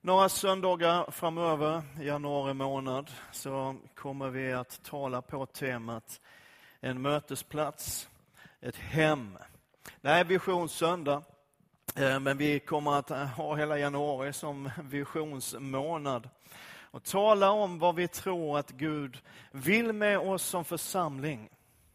Några söndagar framöver, januari månad, så kommer vi att tala på temat en mötesplats, ett hem. Det här är visionssöndag, men vi kommer att ha hela januari som visionsmånad. Och tala om vad vi tror att Gud vill med oss som församling.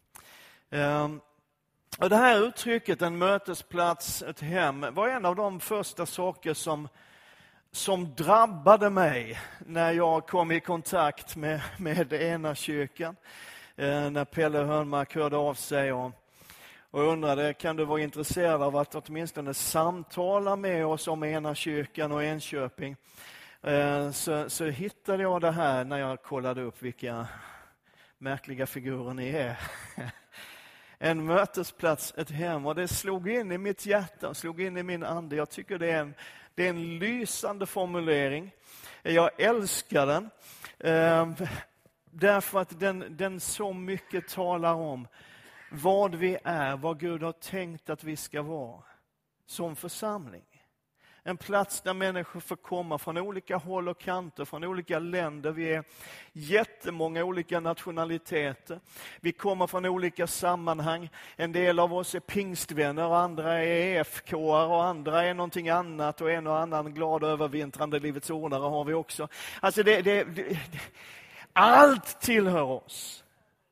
Och det här uttrycket, en mötesplats, ett hem, var en av de första saker som drabbade mig när jag kom i kontakt med ena kyrkan. När Pelle Hörnmark hörde av sig och undrade, kan du vara intresserad av att åtminstone samtala med oss om ena kyrkan och Enköping? Så hittade jag det här när jag kollade upp vilka märkliga figurer ni är. En mötesplats, ett hem, och det slog in i mitt hjärta, slog in i min ande. Jag tycker det är en lysande formulering. Jag älskar den. Därför att den så mycket talar om vad vi är, vad Gud har tänkt att vi ska vara som församling. En plats där människor får komma från olika håll och kanter, från olika länder. Vi är jättemånga olika nationaliteter. Vi kommer från olika sammanhang. En del av oss är pingstvänner och andra är EFK-are och andra är någonting annat. Och en och annan glad övervintrande livets ordare har vi också. Alltså allt tillhör oss.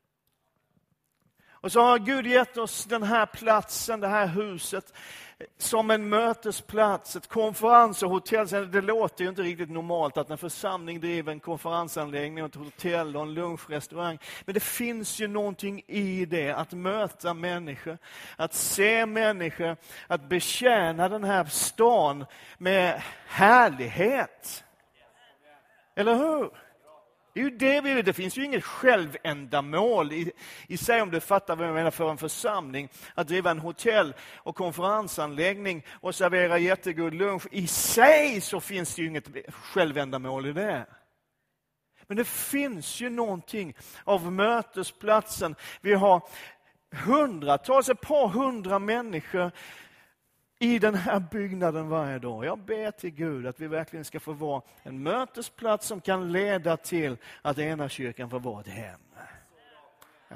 Och så har Gud gett oss den här platsen, det här huset, som en mötesplats, ett konferens- och hotell. Det låter ju inte riktigt normalt att en församling driver en konferensanläggning, ett hotell och en lunchrestaurang. Men det finns ju någonting i det, att möta människor, att se människor, att betjäna den här stan med härlighet. Eller hur? Det är ju det vi vill. Det finns ju inget självändamål i sig, om du fattar vad jag menar, för en församling att driva en hotell och konferensanläggning och servera jättegod lunch. I sig så finns det ju inget självändamål i det. Men det finns ju någonting av mötesplatsen. Vi har hundratals, ett par hundra människor i den här byggnaden varje dag. Jag ber till Gud att vi verkligen ska få vara en mötesplats som kan leda till att ena kyrkan får vara ett hem. Ja.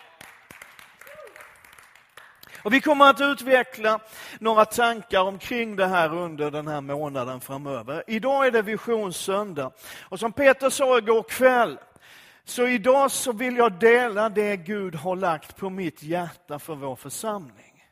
Och vi kommer att utveckla några tankar omkring det här under den här månaden framöver. Idag är det visionssöndag. Och som Peter sa igår kväll, så idag så vill jag dela det Gud har lagt på mitt hjärta för vår församling.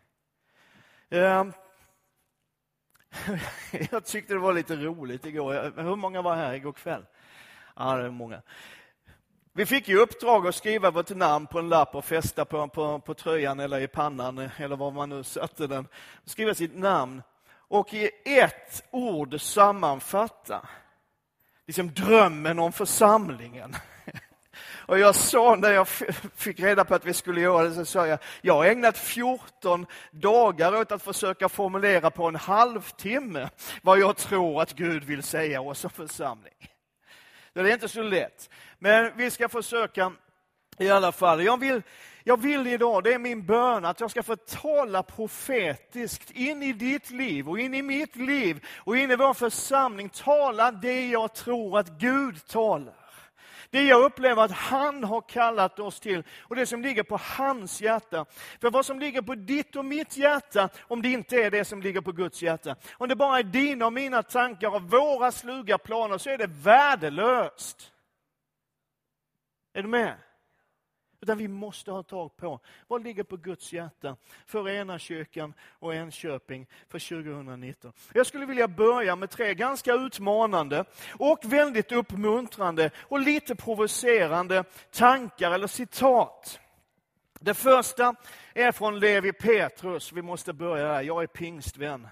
Jag tyckte det var lite roligt igår. Hur många var här igår kväll? Ja, det är många. Vi fick ju uppdrag att skriva vårt namn på en lapp och fästa på tröjan eller i pannan eller var man nu satte den. Skriva sitt namn och i ett ord sammanfatta liksom drömmen om församlingen. Och jag sa, när jag fick reda på att vi skulle göra det, så sa jag har ägnat 14 dagar åt att försöka formulera på en halvtimme vad jag tror att Gud vill säga oss som församling. Det är inte så lätt, men vi ska försöka i alla fall. Jag vill idag, det är min bön, att jag ska få tala profetiskt in i ditt liv och in i mitt liv och in i vår församling. Tala det jag tror att Gud talar. Det jag upplever att han har kallat oss till och det som ligger på hans hjärta. För vad som ligger på ditt och mitt hjärta, om det inte är det som ligger på Guds hjärta, om det bara är dina och mina tankar och våra sluga planer, så är det värdelöst. Är du med? Utan vi måste ha tag på vad ligger på Guds hjärta för ena kyrkan och Enköping för 2019. Jag skulle vilja börja med 3 ganska utmanande och väldigt uppmuntrande och lite provocerande tankar eller citat. Det första är från Levi Petrus. Vi måste börja här. Jag är pingstvän.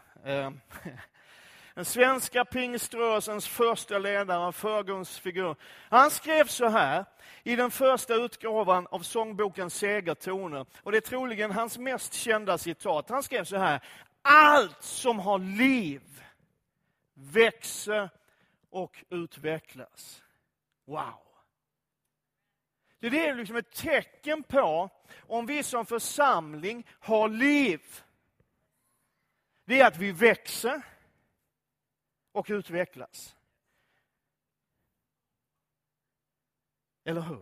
Den svenska pingströrelsens första ledare, förgrundsfigur. Han skrev så här i den första utgåvan av sångboken Segertoner. Och det är troligen hans mest kända citat. Han skrev så här: allt som har liv växer och utvecklas. Wow! Det är liksom ett tecken på om vi som församling har liv. Det är att vi växer och utvecklas. Eller hur?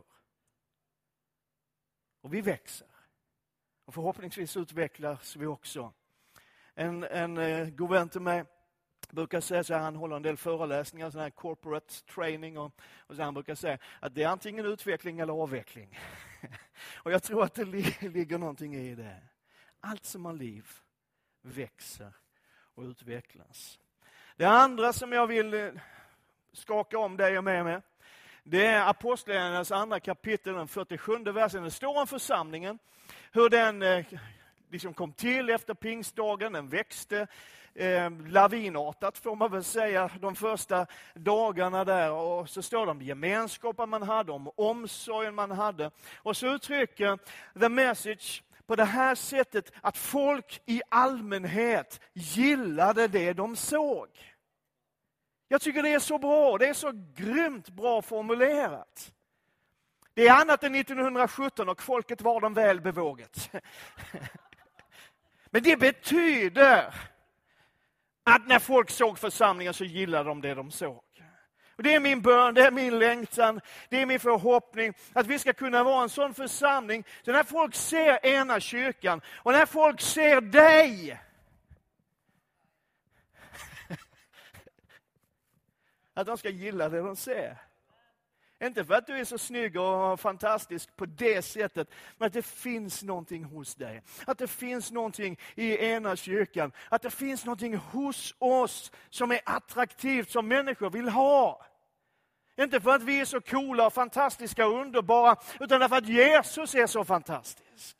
Och vi växer. Och förhoppningsvis utvecklas vi också. En god vän till mig brukar säga så här, han håller en del föreläsningar, sån här corporate training och så han brukar säga att det är antingen utveckling eller avveckling. Och jag tror att det ligger någonting i det. Allt som har liv växer och utvecklas. Det andra som jag vill skaka om dig och med, det är Apostlagärningarnas andra kapitel, den 47 versen. Det står om församlingen, hur den liksom kom till efter pingstdagen. Den växte lavinartat får man väl säga de första dagarna där. Och så står det om gemenskapen man hade, om omsorgen man hade. Och så uttrycker The Message på det här sättet att folk i allmänhet gillade det de såg. Jag tycker det är så bra, det är så grymt bra formulerat. Det är annat än 1917 och folket var dem väl bevåget. Men det betyder att när folk såg församlingen så gillade de det de såg. Och det är min bön, det är min längtan, det är min förhoppning att vi ska kunna vara en sån församling. Så när folk ser ena kyrkan och när folk ser dig, att de ska gilla det de ser. Inte för att du är så snygg och fantastisk på det sättet, men att det finns någonting hos dig. Att det finns någonting i ena kyrkan. Att det finns någonting hos oss som är attraktivt, som människor vill ha. Inte för att vi är så coola och fantastiska och underbara, utan därför att Jesus är så fantastisk.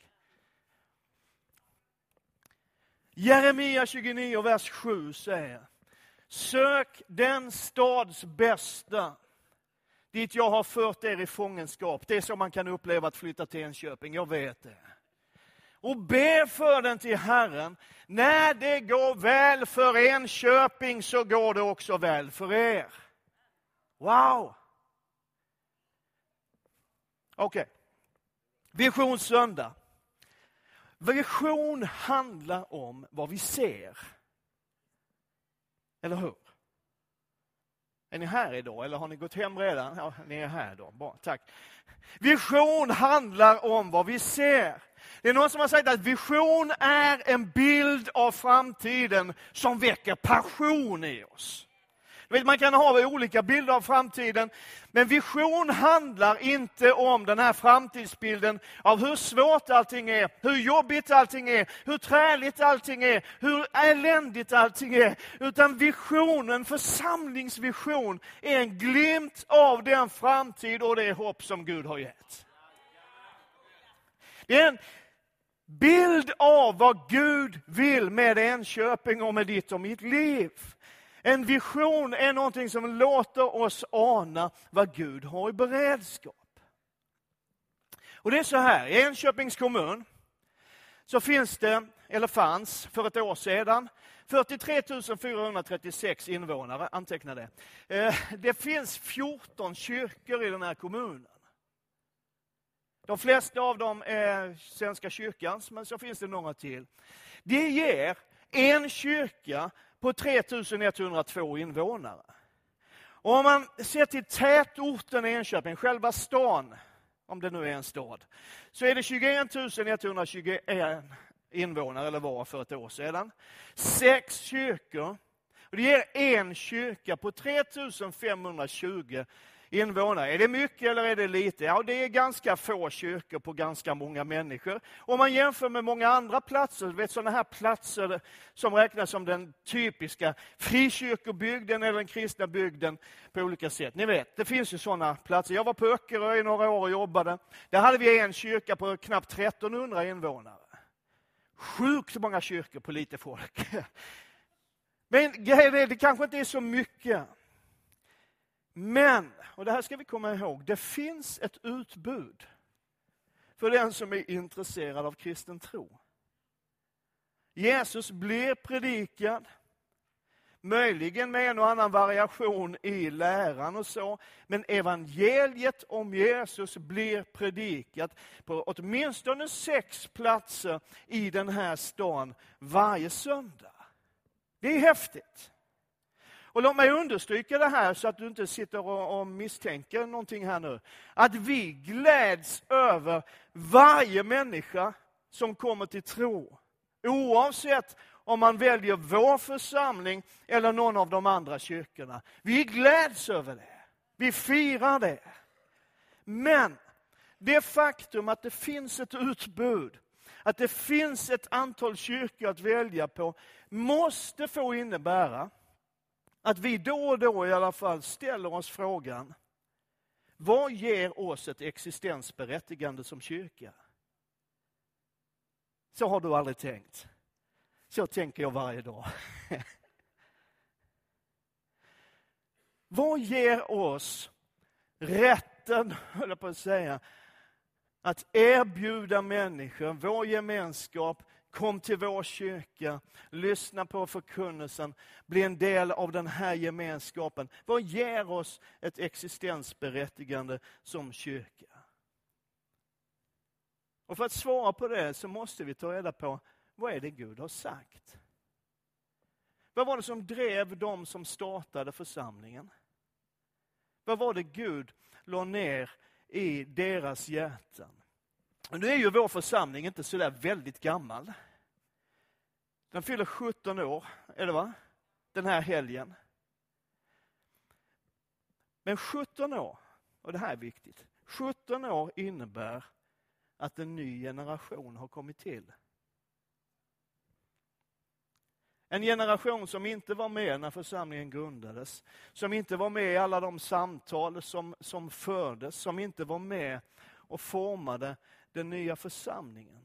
Jeremia 29, vers 7 säger: sök den stads bästa dit jag har fört er i fångenskap. Det är så man kan uppleva att flytta till Enköping, jag vet det. Och be för den till Herren. När det går väl för Enköping så går det också väl för er. Wow! Okej. Visionssöndag. Vision handlar om vad vi ser. Eller hur? Är ni här idag eller har ni gått hem redan? Ja, ni är här då. Bra, tack. Vision handlar om vad vi ser. Det är någon som har sagt att vision är en bild av framtiden som väcker passion i oss. Man kan ha olika bilder av framtiden, men vision handlar inte om den här framtidsbilden av hur svårt allting är, hur jobbigt allting är, hur träligt allting är, hur eländigt allting är. Utan visionen, församlingsvision, är en glimt av den framtid och det hopp som Gud har gett. Det är en bild av vad Gud vill med Enköping och med ditt och mitt liv. En vision är någonting som låter oss ana vad Gud har i beredskap. Och det är så här, i Enköpings kommun så finns det, eller fanns för ett år sedan, 43 436 invånare, anteckna det. Det finns 14 kyrkor i den här kommunen. De flesta av dem är Svenska kyrkans, men så finns det några till. Det ger en kyrka på 3102 invånare. Och om man ser till tätorten i Enköping, själva stan, om det nu är en stad, så är det 21 121 invånare, eller var för ett år sedan. 6 kyrkor. Och det ger en kyrka på 3520 invånare. Är det mycket eller är det lite? Ja, det är ganska få kyrkor på ganska många människor. Om man jämför med många andra platser, vet sådana här platser som räknas som den typiska frikyrkobygden eller den kristna bygden på olika sätt. Ni vet, det finns ju sådana platser. Jag var på Öckerö i några år och jobbade. Där hade vi en kyrka på knappt 1300 invånare. Sjukt många kyrkor på lite folk. Men det kanske inte är så mycket. Men, och det här ska vi komma ihåg, det finns ett utbud för den som är intresserad av kristen tro. Jesus blir predikad, möjligen med en och annan variation i läran och så, men evangeliet om Jesus blir predikat på åtminstone 6 platser i den här stan varje söndag. Det är häftigt. Och låt mig understryka det här så att du inte sitter och misstänker någonting här nu. Att vi gläds över varje människa som kommer till tro. Oavsett om man väljer vår församling eller någon av de andra kyrkorna. Vi gläds över det. Vi firar det. Men det faktum att det finns ett utbud, att det finns ett antal kyrkor att välja på, måste få innebära att vi då och då i alla fall ställer oss frågan: vad ger oss ett existensberättigande som kyrka? Så har du aldrig tänkt. Så tänker jag varje dag. Vad ger oss rätten, höll jag på att säga, att erbjuda människor vår gemenskap, kom till vår kyrka, lyssna på förkunnelsen, bli en del av den här gemenskapen. Vad ger oss ett existensberättigande som kyrka? Och för att svara på det så måste vi ta reda på, vad är det Gud har sagt? Vad var det som drev dem som startade församlingen? Vad var det Gud la ner i deras hjärtan? Och nu är ju vår församling inte så där väldigt gammal. Den fyller 17 år, är det va? Den här helgen. Men 17 år, och det här är viktigt, 17 år innebär att en ny generation har kommit till. En generation som inte var med när församlingen grundades. Som inte var med i alla de samtal som fördes. Som inte var med och formade den nya församlingen.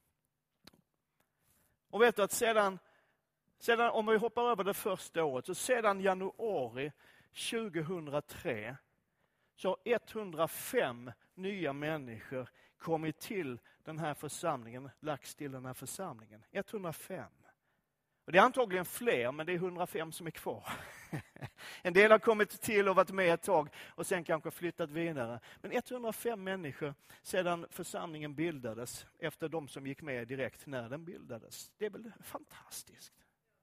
Och vet du att sedan om vi hoppar över det första året, så sedan januari 2003 så har 105 nya människor kommit till den här församlingen, lagts till den här församlingen. 105. Och det är antagligen fler, men det är 105 som är kvar. En del har kommit till och varit med ett tag och sen kanske flyttat vidare. Men 105 människor sedan församlingen bildades, efter de som gick med direkt när den bildades. Det är väl fantastiskt.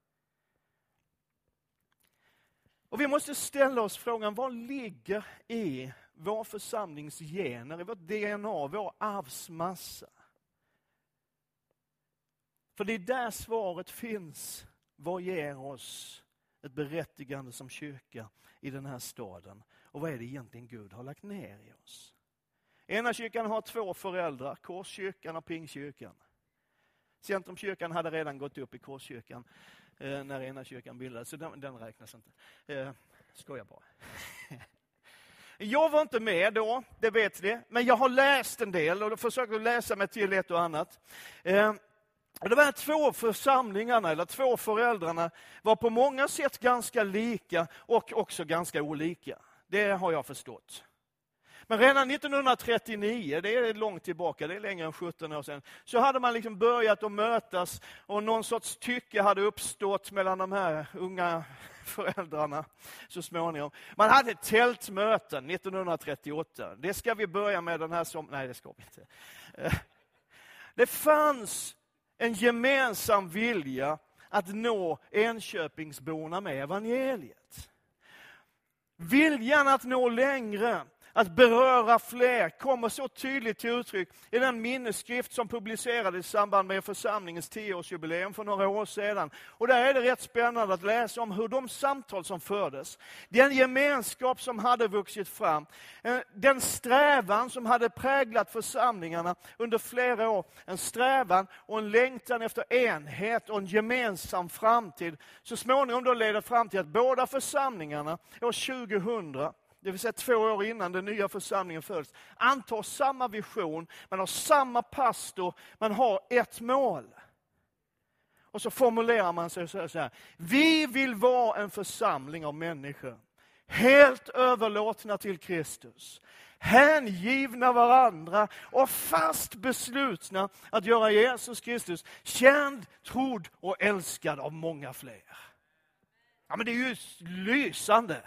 Och vi måste ställa oss frågan, vad ligger i vår församlingsgener, i vårt DNA, vår arvsmassa? För det är där svaret finns. Vad ger oss ett berättigande som kyrka i den här staden? Och vad är det egentligen Gud har lagt ner i oss? Ena kyrkan har 2 föräldrar, Korskyrkan och Pingstkyrkan. Centrumkyrkan hade redan gått upp i Korskyrkan när ena kyrkan bildades, så den räknas inte. Skojar bara. Jag var inte med då, det vet ni, men jag har läst en del och försökt att läsa mig till ett och annat. De här 2 församlingarna, eller 2 föräldrarna, var på många sätt ganska lika och också ganska olika. Det har jag förstått. Men redan 1939, det är långt tillbaka, det är längre än 17 år sedan, så hade man liksom börjat att mötas och någon sorts tycke hade uppstått mellan de här unga föräldrarna så småningom. Man hade tältmöten 1938. Det ska vi börja med den här som... Nej, det ska vi inte. Det fanns en gemensam vilja att nå Enköpingsborna med evangeliet. Viljan att nå längre, att beröra fler, kommer så tydligt till uttryck i den minnesskrift som publicerades i samband med församlingens 10-årsjubileum för några år sedan. Och där är det rätt spännande att läsa om hur de samtal som fördes, den gemenskap som hade vuxit fram, den strävan som hade präglat församlingarna under flera år, en strävan och en längtan efter enhet och en gemensam framtid, så småningom då leder fram till att båda församlingarna år 2000, det vill säga 2 år innan den nya församlingen föds, antar samma vision, man har samma pastor, man har ett mål. Och så formulerar man sig så här: vi vill vara en församling av människor, helt överlåtna till Kristus, hängivna varandra och fast beslutna att göra Jesus Kristus känd, trodd och älskad av många fler. Ja, men det är ju lysande.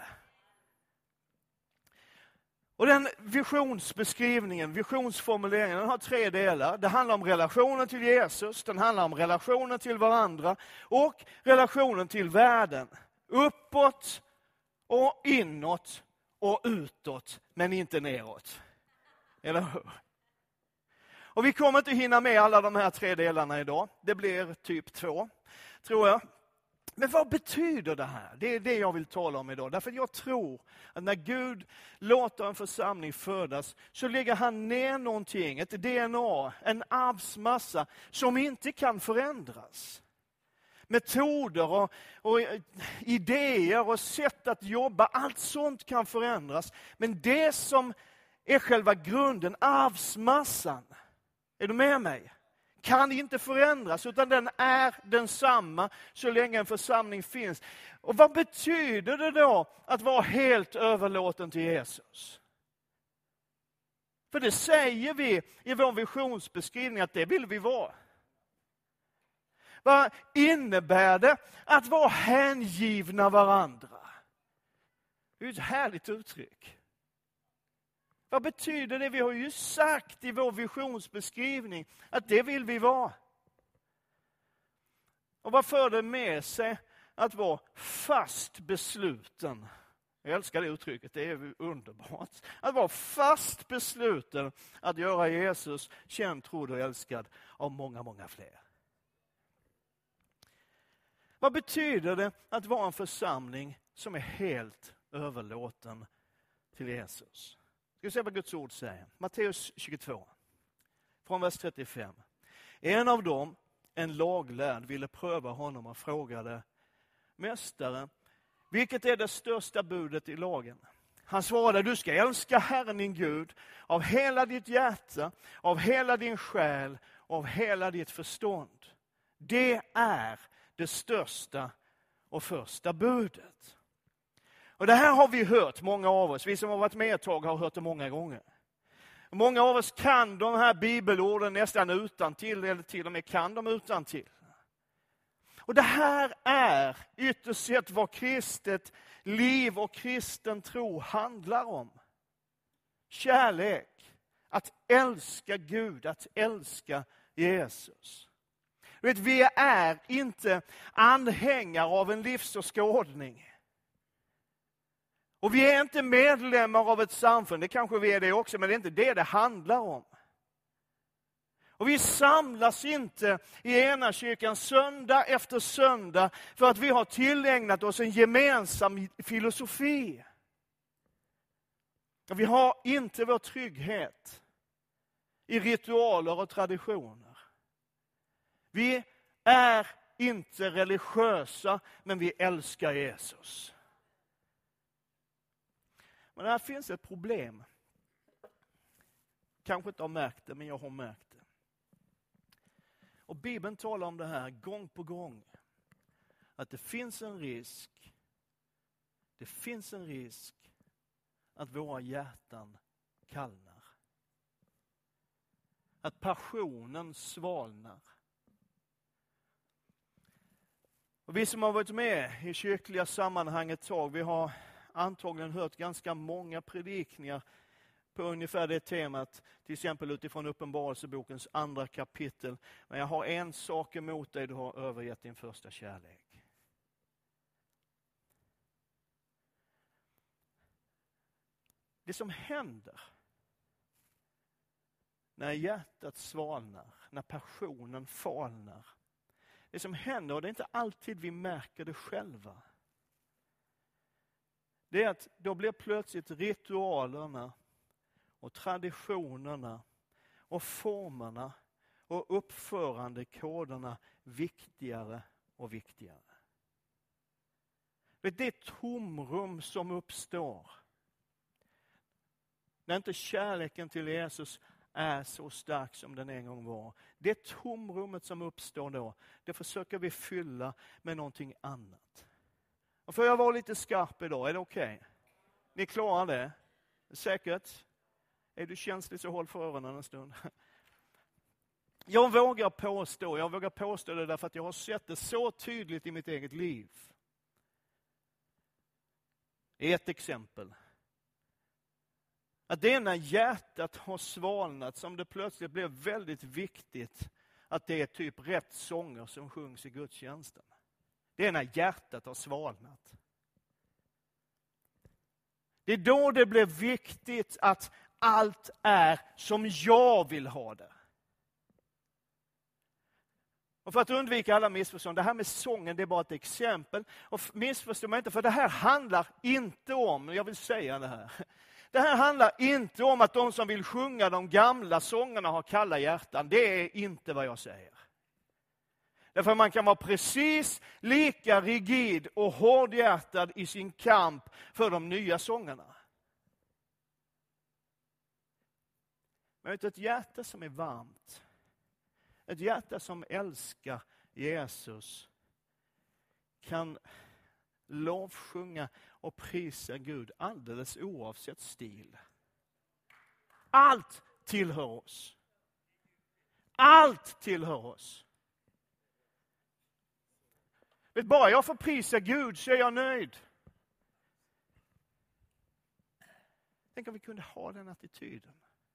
Och den visionsbeskrivningen, visionsformuleringen, den har 3 delar. Det handlar om relationen till Jesus, den handlar om relationen till varandra och relationen till världen. Uppåt och inåt och utåt, men inte neråt. Eller hur? Och vi kommer inte hinna med alla de här 3 delarna idag. Det blir typ 2, tror jag. Men vad betyder det här? Det är det jag vill tala om idag. Därför jag tror att när Gud låter en församling födas så lägger han ner någonting, ett DNA, en arvsmassa som inte kan förändras. Metoder och idéer och sätt att jobba, allt sånt kan förändras. Men det som är själva grunden, arvsmassan, är du med mig? Kan inte förändras, utan den är densamma så länge en församling finns. Och vad betyder det då att vara helt överlåten till Jesus? För det säger vi i vår visionsbeskrivning att det vill vi vara. Vad innebär det att vara hängivna varandra? Det är ett härligt uttryck. Vad betyder det? Vi har ju sagt i vår visionsbeskrivning att det vill vi vara. Och vad för det med sig att vara fast besluten? Jag älskar det uttrycket, det är underbart. Att vara fast besluten att göra Jesus känd, trodd och älskad av många, många fler. Vad betyder det att vara en församling som är helt överlåten till Jesus? Ska vi se vad Guds ord säger. Matteus 22, från vers 35. En av dem, en laglärd, ville pröva honom och frågade: Mästare, vilket är det största budet i lagen? Han svarade: du ska älska Herren din Gud av hela ditt hjärta, av hela din själ och av hela ditt förstånd. Det är det största och första budet. Och det här har vi hört, många av oss. Vi som har varit med ett tag har hört det många gånger. Många av oss kan de här bibelorden nästan utantill, eller till och med kan de utantill. Och det här är ytterst sett vad kristet liv och kristen tro handlar om. Kärlek, att älska Gud, att älska Jesus. Du vet, vi är inte anhängare av en livsåskådning. Och vi är inte medlemmar av ett samfund, det kanske vi är det också, men det är inte det det handlar om. Och vi samlas inte i ena kyrkan söndag efter söndag för att vi har tillägnat oss en gemensam filosofi. Och vi har inte vår trygghet i ritualer och traditioner. Vi är inte religiösa, men vi älskar Jesus. Men här finns ett problem. Kanske inte har märkt det, men jag har märkt det. Och Bibeln talar om det här gång på gång. Att det finns en risk. Det finns en risk att våra hjärtan kallnar. Att passionen svalnar. Och vi som har varit med i kyrkliga sammanhang ett tag, vi har antagligen hört ganska många predikningar på ungefär det temat, till exempel utifrån Uppenbarelsebokens 2 kapitel. Men jag har en sak emot dig, du har övergett din första kärlek. Det som händer när hjärtat svalnar, när passionen falnar, det som händer, och det är inte alltid vi märker det själva, det är att då blir plötsligt ritualerna och traditionerna och formerna och uppförandekoderna viktigare och viktigare. Det tomrum som uppstår när inte kärleken till Jesus är så stark som den en gång var. Det tomrummet som uppstår då, det försöker vi fylla med någonting annat. Och får jag vara lite skarp idag, är det okej? Ni klarar det? Säkert? Är du känslig så håll för öronen en stund. Jag vågar påstå det därför att jag har sett det så tydligt i mitt eget liv. Ett exempel. Att det är när hjärtat har svalnat som det plötsligt blir väldigt viktigt att det är typ rätt sånger som sjungs i gudstjänsten. Det är när hjärtat har svalnat. Det är då det blir viktigt att allt är som jag vill ha det. Och för att undvika alla missförstånd, det här med sången, det är bara ett exempel. Och missförstå mig inte, för det här handlar inte om, jag vill säga det här. Det här handlar inte om att de som vill sjunga de gamla sångerna har kalla hjärtan. Det är inte vad jag säger. Därför man kan vara precis lika rigid och hårdhjärtad i sin kamp för de nya sångerna. Men ett hjärta som är varmt, ett hjärta som älskar Jesus kan lovsjunga och prisa Gud alldeles oavsett stil. Allt tillhör oss. Allt tillhör oss. Vet, bara jag får prisa Gud så är jag nöjd. Tänk om vi kunde ha den attityden.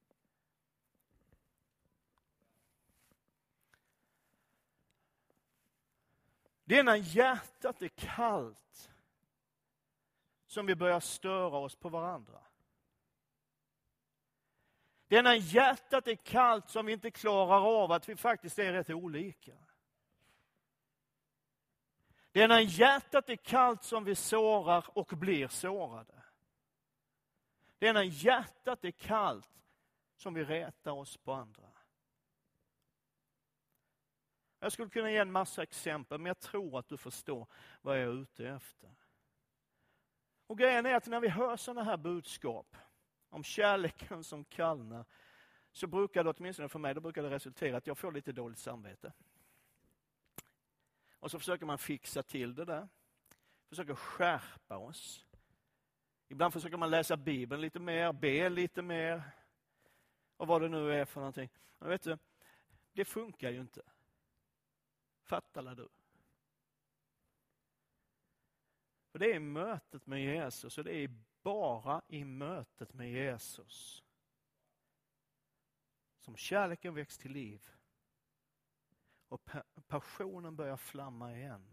Det är när hjärtat är kallt som vi börjar störa oss på varandra. Det är när hjärtat är kallt som vi inte klarar av att vi faktiskt är rätt olika. Det är när hjärtat är kallt som vi sårar och blir sårade. Det är när hjärtat är kallt som vi retar oss på andra. Jag skulle kunna ge en massa exempel, men jag tror att du förstår vad jag är ute efter. Och grejen är att när vi hör sådana här budskap om kärleken som kallnar, så brukar det, åtminstone för mig, då brukar det resultera att jag får lite dåligt samvete. Och så försöker man fixa till det där. Försöker skärpa oss. Ibland försöker man läsa Bibeln lite mer, be lite mer. Och vad det nu är för någonting. Men vet du, det funkar ju inte. Fattar du? För det är mötet med Jesus, och det är bara i mötet med Jesus som kärleken väcks till liv och passionen börjar flamma igen.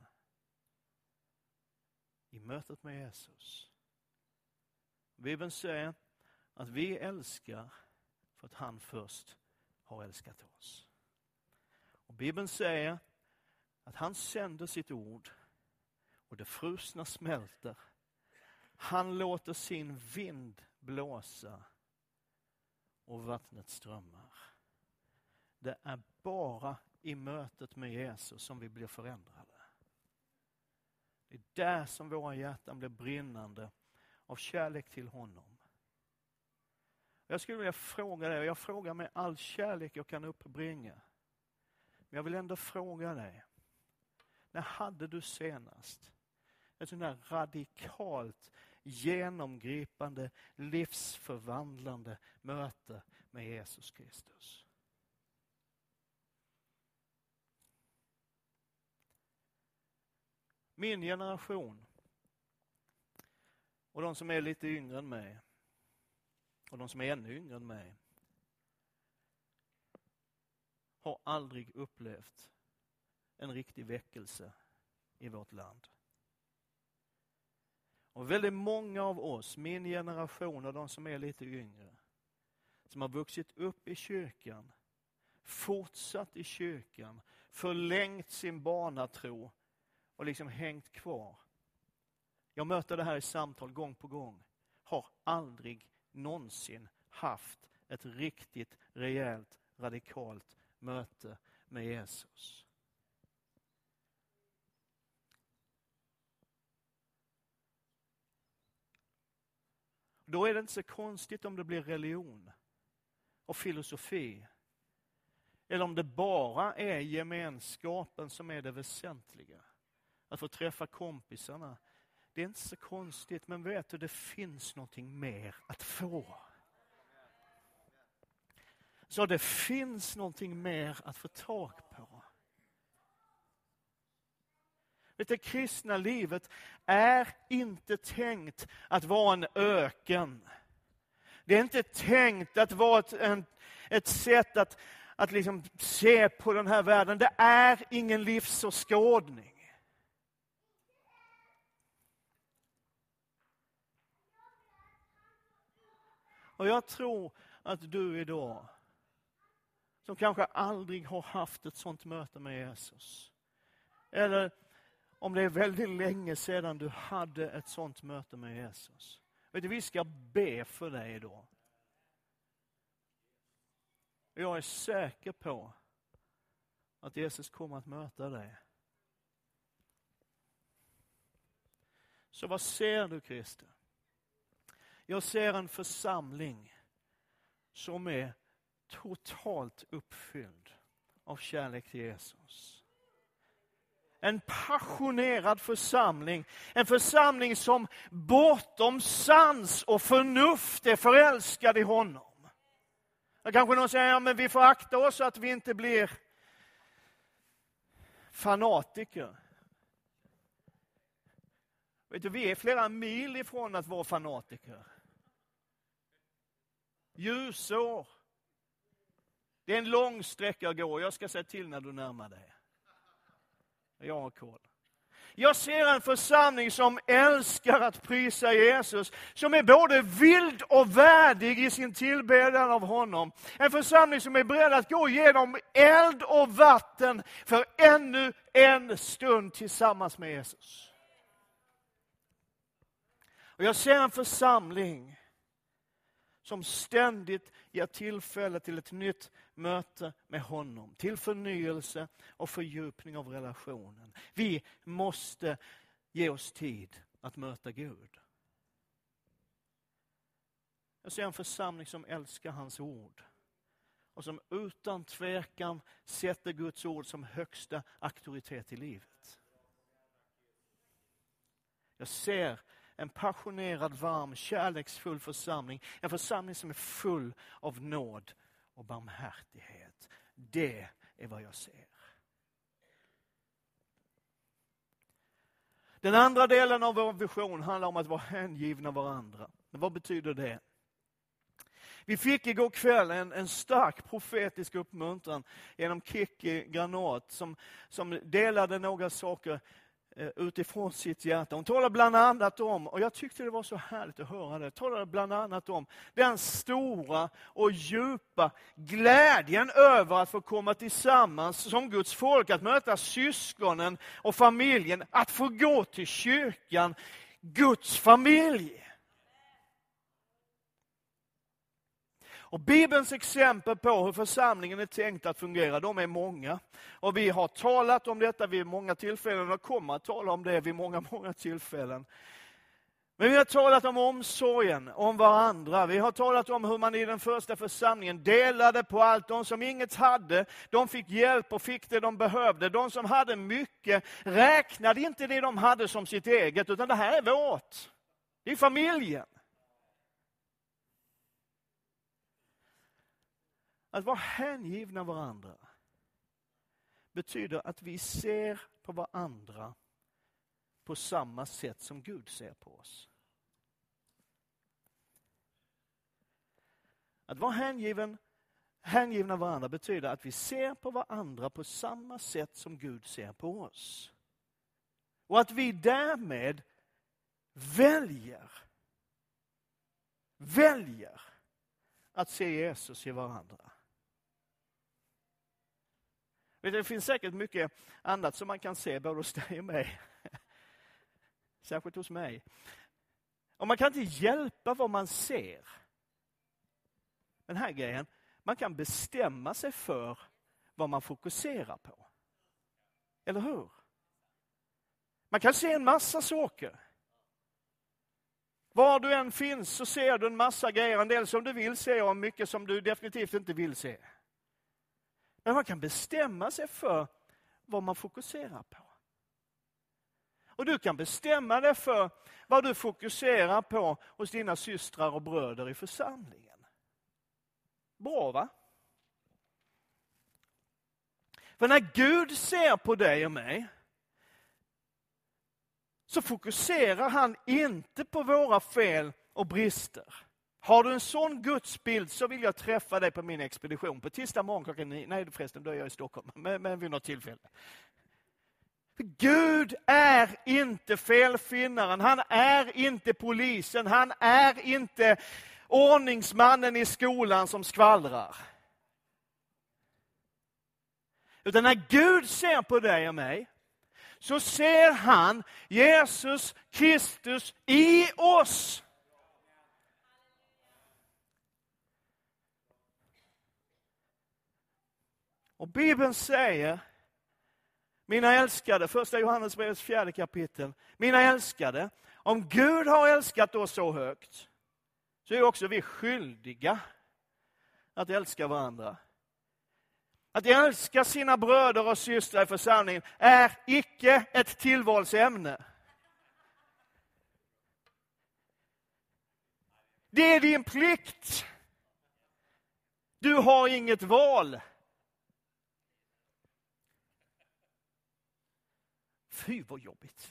I mötet med Jesus. Bibeln säger att vi älskar för att han först har älskat oss. Och Bibeln säger att han sänder sitt ord och det frusna smälter. Han låter sin vind blåsa och vattnet strömmar. Det är bara i mötet med Jesus som vi blir förändrade. Det är där som våra hjärtan blir brinnande av kärlek till honom. Jag skulle vilja fråga dig, och jag frågar med all kärlek jag kan uppbringa. Men jag vill ändå fråga dig. När hade du senast ett sånt här radikalt, genomgripande, livsförvandlande möte med Jesus Kristus? Min generation och de som är lite yngre än mig och de som är ännu yngre än mig har aldrig upplevt en riktig väckelse i vårt land. Och väldigt många av oss, min generation och de som är lite yngre, som har vuxit upp i kyrkan, fortsatt i kyrkan, förlängt sin barnatro och liksom hängt kvar. Jag möter det här i samtal gång på gång. Har aldrig någonsin haft ett riktigt, rejält, radikalt möte med Jesus. Då är det inte så konstigt om det blir religion och filosofi. Eller om det bara är gemenskapen som är det väsentliga. Att få träffa kompisarna. Det är inte så konstigt, men vet du, det finns någonting mer att få. Så det finns någonting mer att få tag på. Vet du, det kristna livet är inte tänkt att vara en öken. Det är inte tänkt att vara ett sätt att liksom se på den här världen. Det är ingen livsåskådning. Och jag tror att du idag, som kanske aldrig har haft ett sånt möte med Jesus, eller om det är väldigt länge sedan du hade ett sånt möte med Jesus. Vet du, vi ska be för dig idag. Jag är säker på att Jesus kommer att möta dig. Så vad ser du, Christer? Jag ser en församling som är totalt uppfylld av kärlek till Jesus. En passionerad församling. En församling som bortom sans och förnuft är förälskad i honom. Och kanske någon säger, ja, men vi får akta oss så att vi inte blir fanatiker. Vet du, vi är flera mil ifrån att vara fanatiker. Ljusår. Det är en lång sträcka att gå. Jag ska säga till när du närmar dig. Jag har koll. Jag ser en församling som älskar att prisa Jesus. Som är både vild och värdig i sin tillbedjan av honom. En församling som är beredd att gå igenom eld och vatten för ännu en stund tillsammans med Jesus. Och jag ser en församling som ständigt ger tillfälle till ett nytt möte med honom. Till förnyelse och fördjupning av relationen. Vi måste ge oss tid att möta Gud. Jag ser en församling som älskar hans ord. Och som utan tvekan sätter Guds ord som högsta auktoritet i livet. Jag ser en passionerad, varm, kärleksfull församling. En församling som är full av nåd och barmhärtighet. Det är vad jag ser. Den andra delen av vår vision handlar om att vara hängivna varandra. Men vad betyder det? Vi fick igår kväll en stark profetisk uppmuntran genom Kiki Granat som delade några saker utifrån sitt hjärta. Hon talade bland annat om, och jag tyckte det var så härligt att höra det, talade bland annat om den stora och djupa glädjen över att få komma tillsammans som Guds folk, att möta syskonen och familjen, att få gå till kyrkan, Guds familj. Och Bibelns exempel på hur församlingen är tänkt att fungera, de är många. Och vi har talat om detta vid många tillfällen och kommer att tala om det vid många tillfällen. Men vi har talat om omsorgen om varandra. Vi har talat om hur man i den första församlingen delade på allt. De som inget hade, de fick hjälp och fick det de behövde. De som hade mycket räknade inte det de hade som sitt eget, utan det här är vårt. Det är familjen. Att vara hängivna varandra betyder att vi ser på varandra på samma sätt som Gud ser på oss. Att vara hängivna varandra betyder att vi ser på varandra på samma sätt som Gud ser på oss. Och att vi därmed väljer att se Jesus i varandra. Det finns säkert mycket annat som man kan se både hos dig och mig. Särskilt hos mig. Och man kan inte hjälpa vad man ser. Den här grejen, man kan bestämma sig för vad man fokuserar på. Eller hur? Man kan se en massa saker. Var du än finns så ser du en massa grejer. En del som du vill se och mycket som du definitivt inte vill se. Men man kan bestämma sig för vad man fokuserar på. Och du kan bestämma dig för vad du fokuserar på hos dina systrar och bröder i församlingen. Bra, va? För när Gud ser på dig och mig så fokuserar han inte på våra fel och brister. Har du en sån gudsbild så vill jag träffa dig på min expedition på tisdag morgon klockan 9. Nej förresten, då är jag i Stockholm. Men vid något tillfälle. För Gud är inte felfinnaren. Han är inte polisen. Han är inte ordningsmannen i skolan som skvallrar. Utan när Gud ser på dig och mig, så ser han Jesus Kristus i oss. Och Bibeln säger, mina älskade, första Johannesbrevets 4 kapitel, mina älskade, om Gud har älskat oss så högt, så är också vi skyldiga att älska varandra. Att älska sina bröder och systrar i församlingen är icke ett tillvalsämne. Det är din plikt. Du har inget val. Fy vad jobbigt.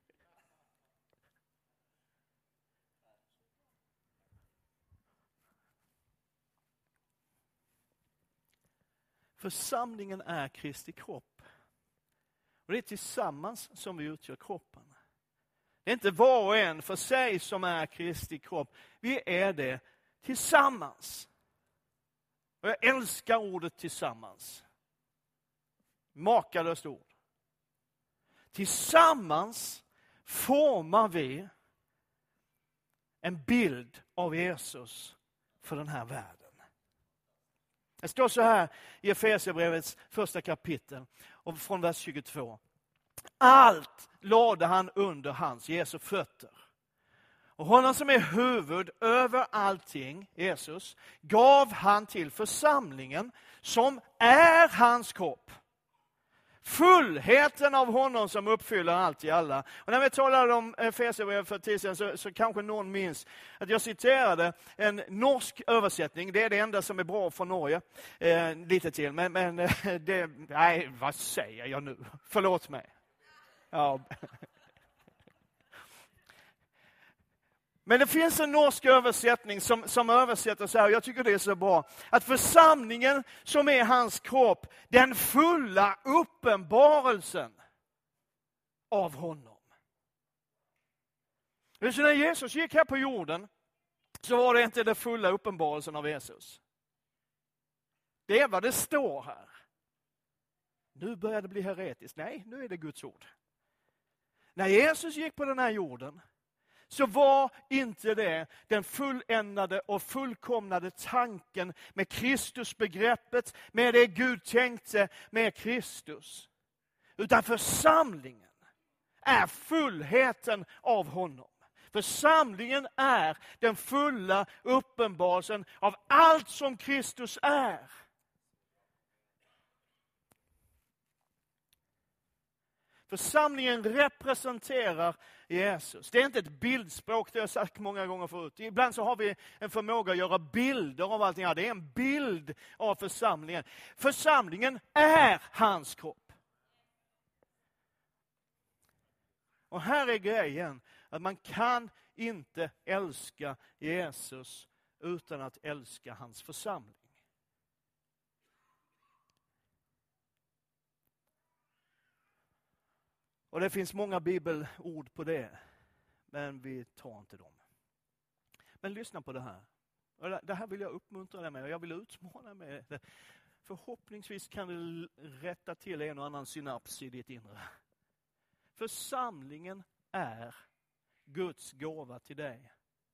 Församlingen är Kristi kropp. Och det är tillsammans som vi utgör kroppen. Det är inte var och en för sig som är Kristi kropp. Vi är det tillsammans. Och jag älskar ordet tillsammans. Makalöst ord. Tillsammans formar vi en bild av Jesus för den här världen. Det står så här i Efesierbrevets 1 kapitel och från vers 22. Allt lade han under hans, Jesu fötter. Och honom som är huvud över allting, Jesus, gav han till församlingen som är hans kropp. Fullheten av honom som uppfyller allt i alla. Och när vi talade om Efesierbrevet för tid sedan så kanske någon minns att jag citerade en norsk översättning. Det är det enda som är bra från Norge. Lite till, men det, nej, vad säger jag nu? Förlåt mig. Ja. Men det finns en norsk översättning som översätter så här, och jag tycker det är så bra. Att församlingen som är hans kropp, den fulla uppenbarelsen av honom. Så när Jesus gick här på jorden så var det inte den fulla uppenbarelsen av Jesus. Det är vad det står här. Nu börjar det bli heretiskt. Nej, nu är det Guds ord. När Jesus gick på den här jorden så var inte det den fulländade och fullkomnade tanken med Kristusbegreppet, med det Gud tänkte med Kristus. Utan församlingen är fullheten av honom. Församlingen är den fulla uppenbarelsen av allt som Kristus är. Församlingen representerar Jesus. Det är inte ett bildspråk, det har jag sagt många gånger förut. Ibland så har vi en förmåga att göra bilder av allting. Ja, det är en bild av församlingen. Församlingen är hans kropp. Och här är grejen, att man kan inte älska Jesus utan att älska hans församling. Och det finns många bibelord på det, men vi tar inte dem. Men lyssna på det här. Det här vill jag uppmuntra dig med och jag vill utmana med det. Förhoppningsvis kan du rätta till en och annan synaps i ditt inre. Församlingen är Guds gåva till dig.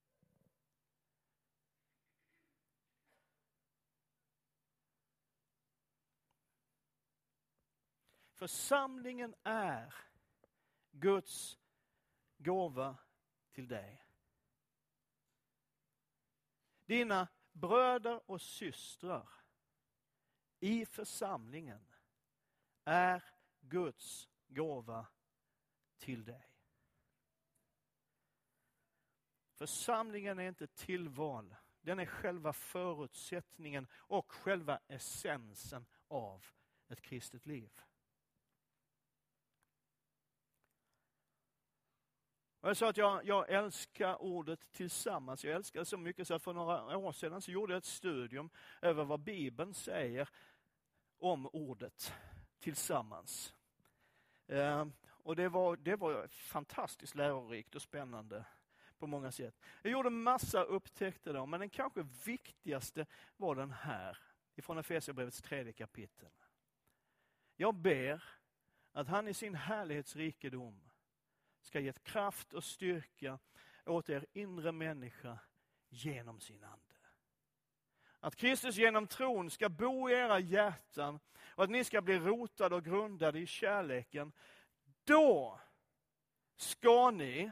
Församlingen är Guds gåva till dig. Dina bröder och systrar i församlingen är Guds gåva till dig. Församlingen är inte tillval. Den är själva förutsättningen och själva essensen av ett kristet liv. Och jag sa att jag älskar ordet tillsammans. Jag älskar det så mycket så att för några år sedan så gjorde jag ett studium över vad Bibeln säger om ordet tillsammans. Och det var fantastiskt lärorikt och spännande på många sätt. Jag gjorde massa upptäckter då, men den kanske viktigaste var den här ifrån Efesierbrevets 3:e kapitel. Jag ber att han i sin härlighetsrikedom ska ge kraft och styrka åt er inre människa genom sin ande. Att Kristus genom tron ska bo i era hjärtan och att ni ska bli rotade och grundade i kärleken. Då ska ni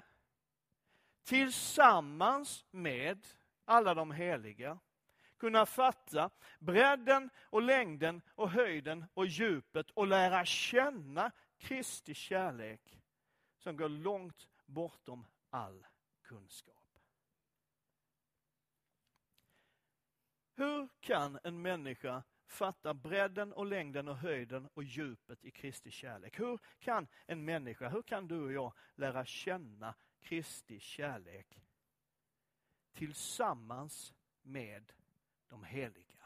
tillsammans med alla de heliga kunna fatta bredden och längden och höjden och djupet och lära känna Kristi kärlek som går långt bortom all kunskap. Hur kan en människa fatta bredden och längden och höjden och djupet i Kristi kärlek? Hur kan en människa, hur kan du och jag lära känna Kristi kärlek tillsammans med de heliga?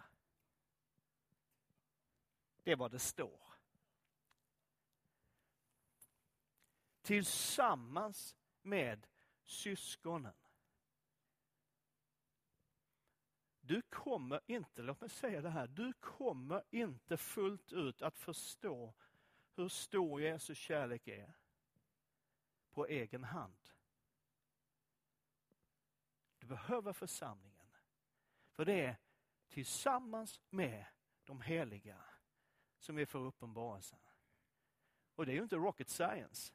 Det är vad det står. Tillsammans med syskonen. Du kommer inte, låt mig säga det här, du kommer inte fullt ut att förstå hur stor Jesu kärlek är på egen hand. Du behöver församlingen. För det är tillsammans med de heliga som vi får uppenbarelsen. Och det är ju inte rocket science.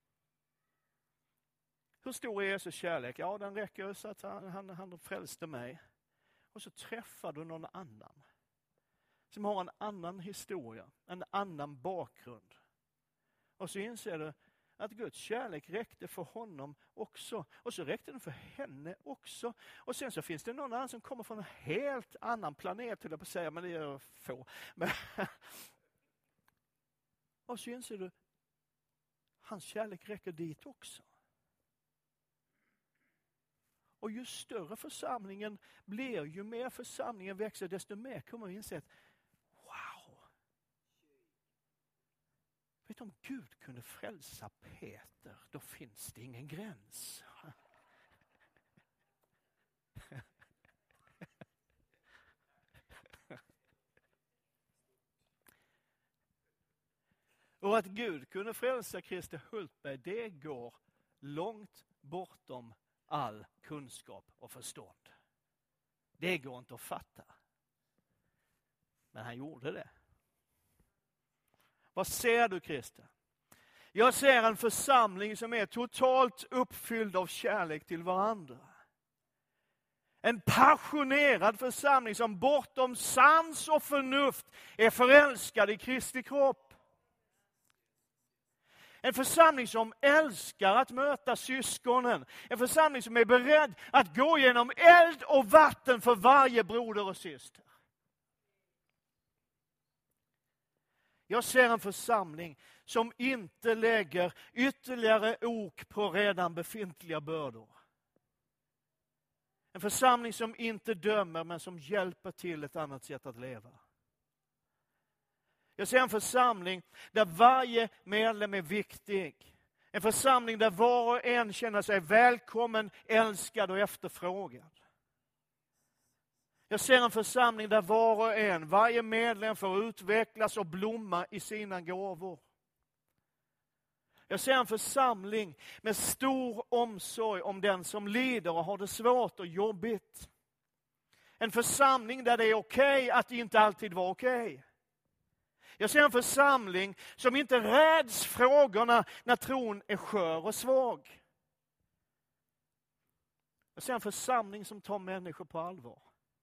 Hur stor är Jesu kärlek? Ja, den räcker så att han frälste mig. Och så träffar du någon annan som har en annan historia, en annan bakgrund. Och så inser du att Guds kärlek räckte för honom också. Och så räckte den för henne också. Och sen så finns det någon annan som kommer från en helt annan planet, till att säga, men det är få. Men och så inser du, hans kärlek räcker dit också. Och ju större församlingen blir, ju mer församlingen växer, desto mer kommer vi inse att wow! Vet du, om Gud kunde frälsa Peter, då finns det ingen gräns. Och att Gud kunde frälsa Christer Hultberg, det går långt bortom all kunskap och förstånd. Det går inte att fatta. Men han gjorde det. Vad ser du, Christer? Jag ser en församling som är totalt uppfylld av kärlek till varandra. En passionerad församling som bortom sans och förnuft är förälskad i Kristi kropp. En församling som älskar att möta syskonen. En församling som är beredd att gå genom eld och vatten för varje broder och syster. Jag ser en församling som inte lägger ytterligare ok på redan befintliga bördor. En församling som inte dömer men som hjälper till ett annat sätt att leva. Jag ser en församling där varje medlem är viktig. En församling där var och en känner sig välkommen, älskad och efterfrågad. Jag ser en församling där var och en, varje medlem får utvecklas och blomma i sina gåvor. Jag ser en församling med stor omsorg om den som lider och har det svårt och jobbigt. En församling där det är okej att inte alltid vara okej. Jag ser en församling som inte räds frågorna när tron är skör och svag. Jag ser en församling som tar människor på allvar.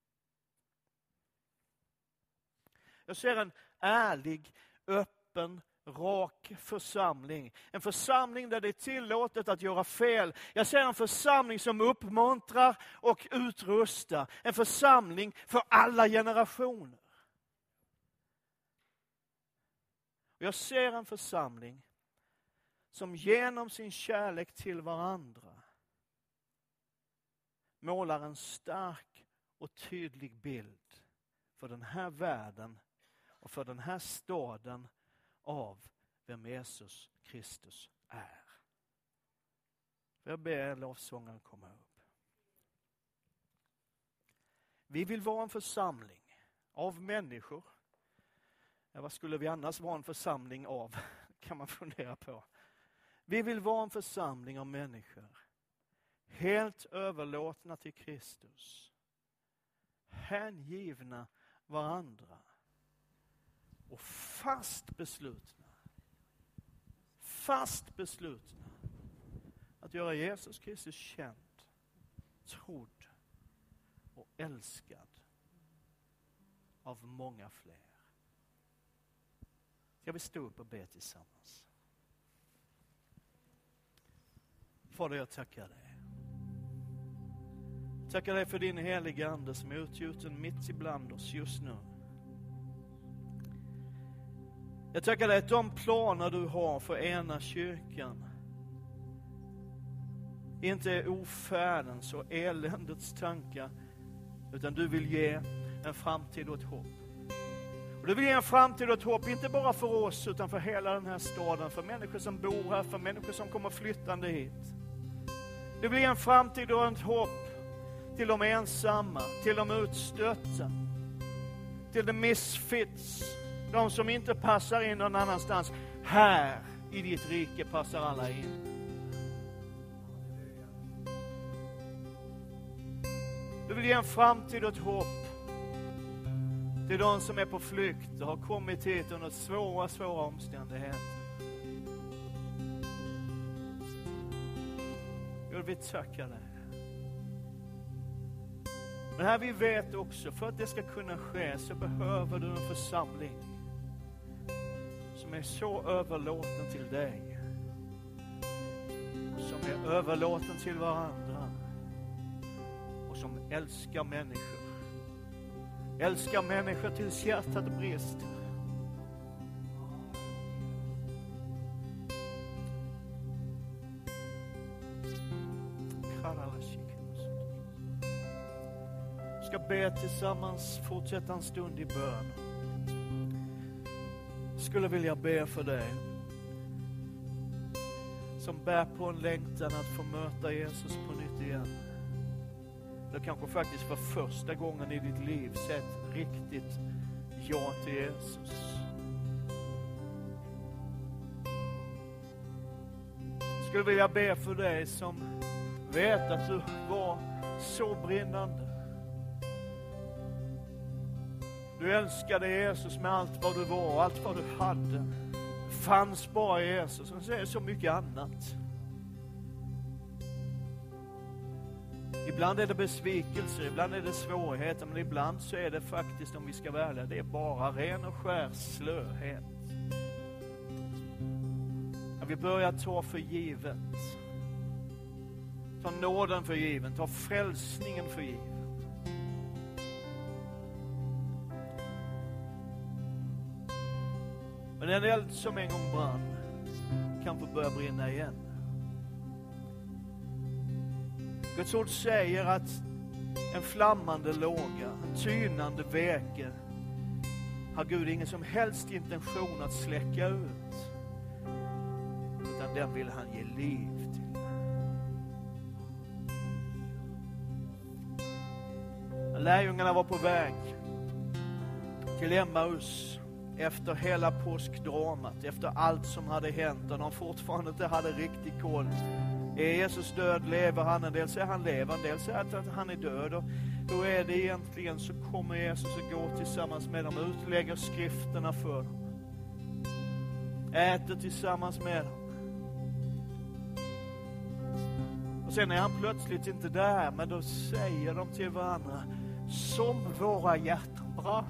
Jag ser en ärlig, öppen, rak församling. En församling där det är tillåtet att göra fel. Jag ser en församling som uppmuntrar och utrustar. En församling för alla generationer. Jag ser en församling som genom sin kärlek till varandra målar en stark och tydlig bild för den här världen och för den här staden av vem Jesus Kristus är. Jag ber lovsångaren komma upp. Vi vill vara en församling av människor. Ja, vad skulle vi annars vara en församling av? Kan man fundera på. Vi vill vara en församling av människor. Helt överlåtna till Kristus. Hängivna varandra. Och fast beslutna att göra Jesus Kristus känd, trodd och älskad av många fler. Ska vi stå upp och be tillsammans? Fader, jag tackar dig. Tackar dig för din heliga ande som är utgjuten mitt ibland oss just nu. Jag tackar dig att de planer du har för ena kyrkan inte är ofärdens och eländets tankar, utan du vill ge en framtid och ett hopp. Och du vill ge en framtid och ett hopp, inte bara för oss utan för hela den här staden, för människor som bor här, för människor som kommer flyttande hit. Du vill ge en framtid och ett hopp till de ensamma, till de utstötta, till de misfits, de som inte passar in någon annanstans. Här i ditt rike passar alla in. Du vill ge en framtid och ett hopp till de som är på flykt och har kommit hit under svåra omständigheter. Gud, vi tackar dig. Men här vi vet också, för att det ska kunna ske så behöver du en församling som är så överlåten till dig, som är överlåten till varandra och som älskar människor. Älskar människor tills hjärtat brister. Ska be tillsammans, fortsätta en stund i bön. Skulle vilja be för dig som bär på en längtan att få möta Jesus på nytt igen. Du kanske faktiskt för första gången i ditt liv sett riktigt ja till Jesus. Skulle vilja be för dig som vet att du var så brinnande. Du älskade Jesus med allt vad du var, allt vad du hade. Det fanns bara Jesus, och så är det så mycket annat. Ibland är det besvikelser, ibland är det svårigheter, men ibland så är det faktiskt, om vi ska välja, det är bara ren och skär slöhet. När vi börjar ta för givet, ta nåden för given, ta frälsningen för given. Men en eld som en gång brann kan få börja brinna igen. Guds ord säger att en flammande låga, en tynande väke har Gud ingen som helst intention att släcka ut, utan den vill han ge liv till. När lärjungarna var på väg till Emmaus efter hela påskdramat, efter allt som hade hänt och de fortfarande inte hade riktigt koll. Är Jesus död? Lever han? En del säger han lever, en del säger att han är död. Och hur är det egentligen? Så kommer Jesus att gå tillsammans med dem, utlägger skrifterna för dem, äter tillsammans med dem. Och sen är han plötsligt inte där, men då säger de till varandra: som våra hjärtan brann.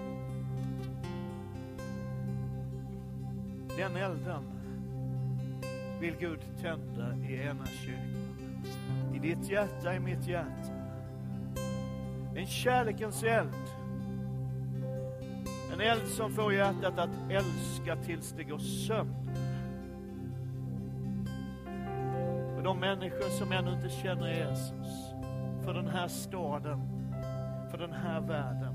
Den elden vill Gud tända i ena kyrkan. I ditt hjärta, i mitt hjärta. En kärlekens eld. En eld som får hjärtat att älska tills det går sönder. För de människor som ännu inte känner Jesus. För den här staden. För den här världen.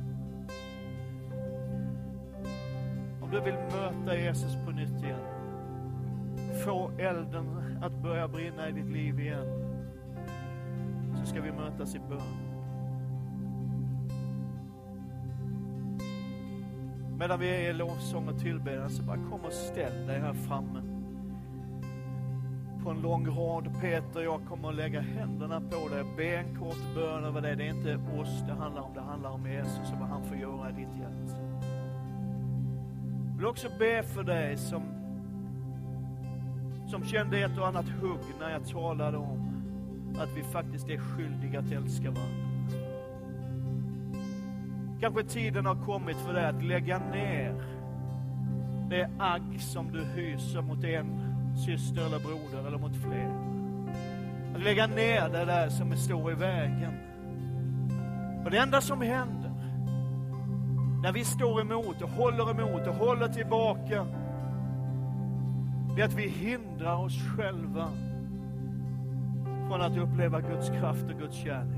Om du vill möta Jesus på nytt igen, få elden att börja brinna i ditt liv igen, så ska vi mötas i bön. Medan vi är i lovsång och tillbedjan, så bara kom och ställ dig här framme på en lång rad. Peter, jag kommer att lägga händerna på dig, be en kort bön över dig. Det är inte oss det handlar om Jesus och vad han får göra i ditt hjärta. Jag vill också be för dig som kände ett och annat hugg när jag talade om att vi faktiskt är skyldiga att älska varandra. Kanske tiden har kommit för dig att lägga ner det agg som du hyser mot en syster eller broder eller mot fler. Att lägga ner det där som står i vägen. Och det enda som händer när vi står emot och håller tillbaka, det är att vi hindrar oss själva från att uppleva Guds kraft och Guds kärlek.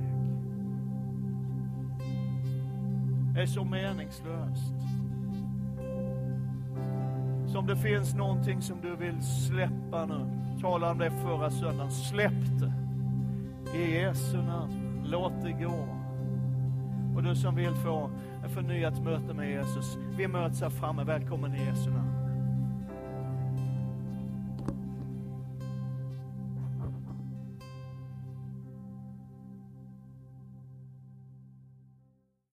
Det är så meningslöst. Så om det finns någonting som du vill släppa nu, tala om det förra söndagen, släpp det i Jesu namn. Låt det gå. Och du som vill få ett förnyat möte med Jesus, vi möts här framme. Välkommen i Jesu namn.